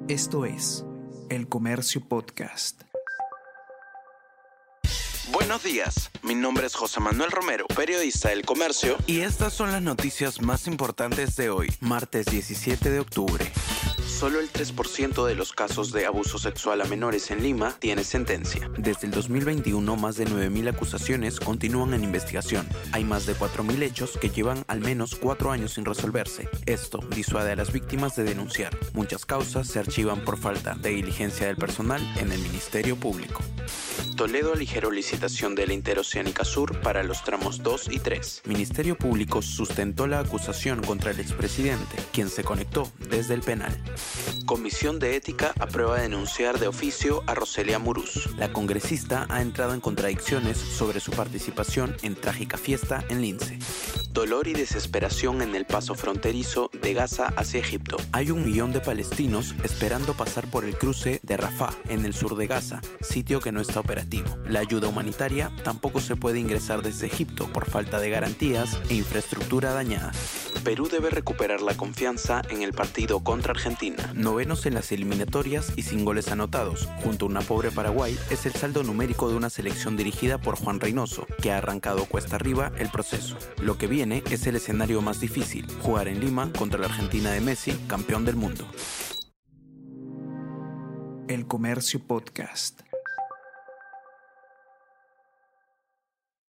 Esto es El Comercio Podcast. Buenos días, mi nombre es José Manuel Romero, periodista del Comercio, y estas son las noticias más importantes de hoy, martes 17 de octubre. Solo el 3% de los casos de abuso sexual a menores en Lima tiene sentencia. Desde el 2021, más de 9.000 acusaciones continúan en investigación. Hay más de 4.000 hechos que llevan al menos 4 años sin resolverse. Esto disuade a las víctimas de denunciar. Muchas causas se archivan por falta de diligencia del personal en el Ministerio Público. Toledo aligeró licitación de la Interoceánica Sur para los tramos 2 y 3. Ministerio Público sustentó la acusación contra el expresidente, quien se conectó desde el penal. Comisión de Ética aprueba denunciar de oficio a Roselia Murús. La congresista ha entrado en contradicciones sobre su participación en trágica fiesta en Lince. Dolor y desesperación en el paso fronterizo de Gaza hacia Egipto. Hay 1 millón de palestinos esperando pasar por el cruce de Rafah, en el sur de Gaza, sitio que no está operativo. La ayuda humanitaria tampoco se puede ingresar desde Egipto por falta de garantías e infraestructura dañada. Perú debe recuperar la confianza en el partido contra Argentina. Novenos en las eliminatorias y sin goles anotados, junto a una pobre Paraguay, es el saldo numérico de una selección dirigida por Juan Reynoso, que ha arrancado cuesta arriba el proceso. Lo que viene es el escenario más difícil, jugar en Lima contra la Argentina de Messi, campeón del mundo. El Comercio Podcast.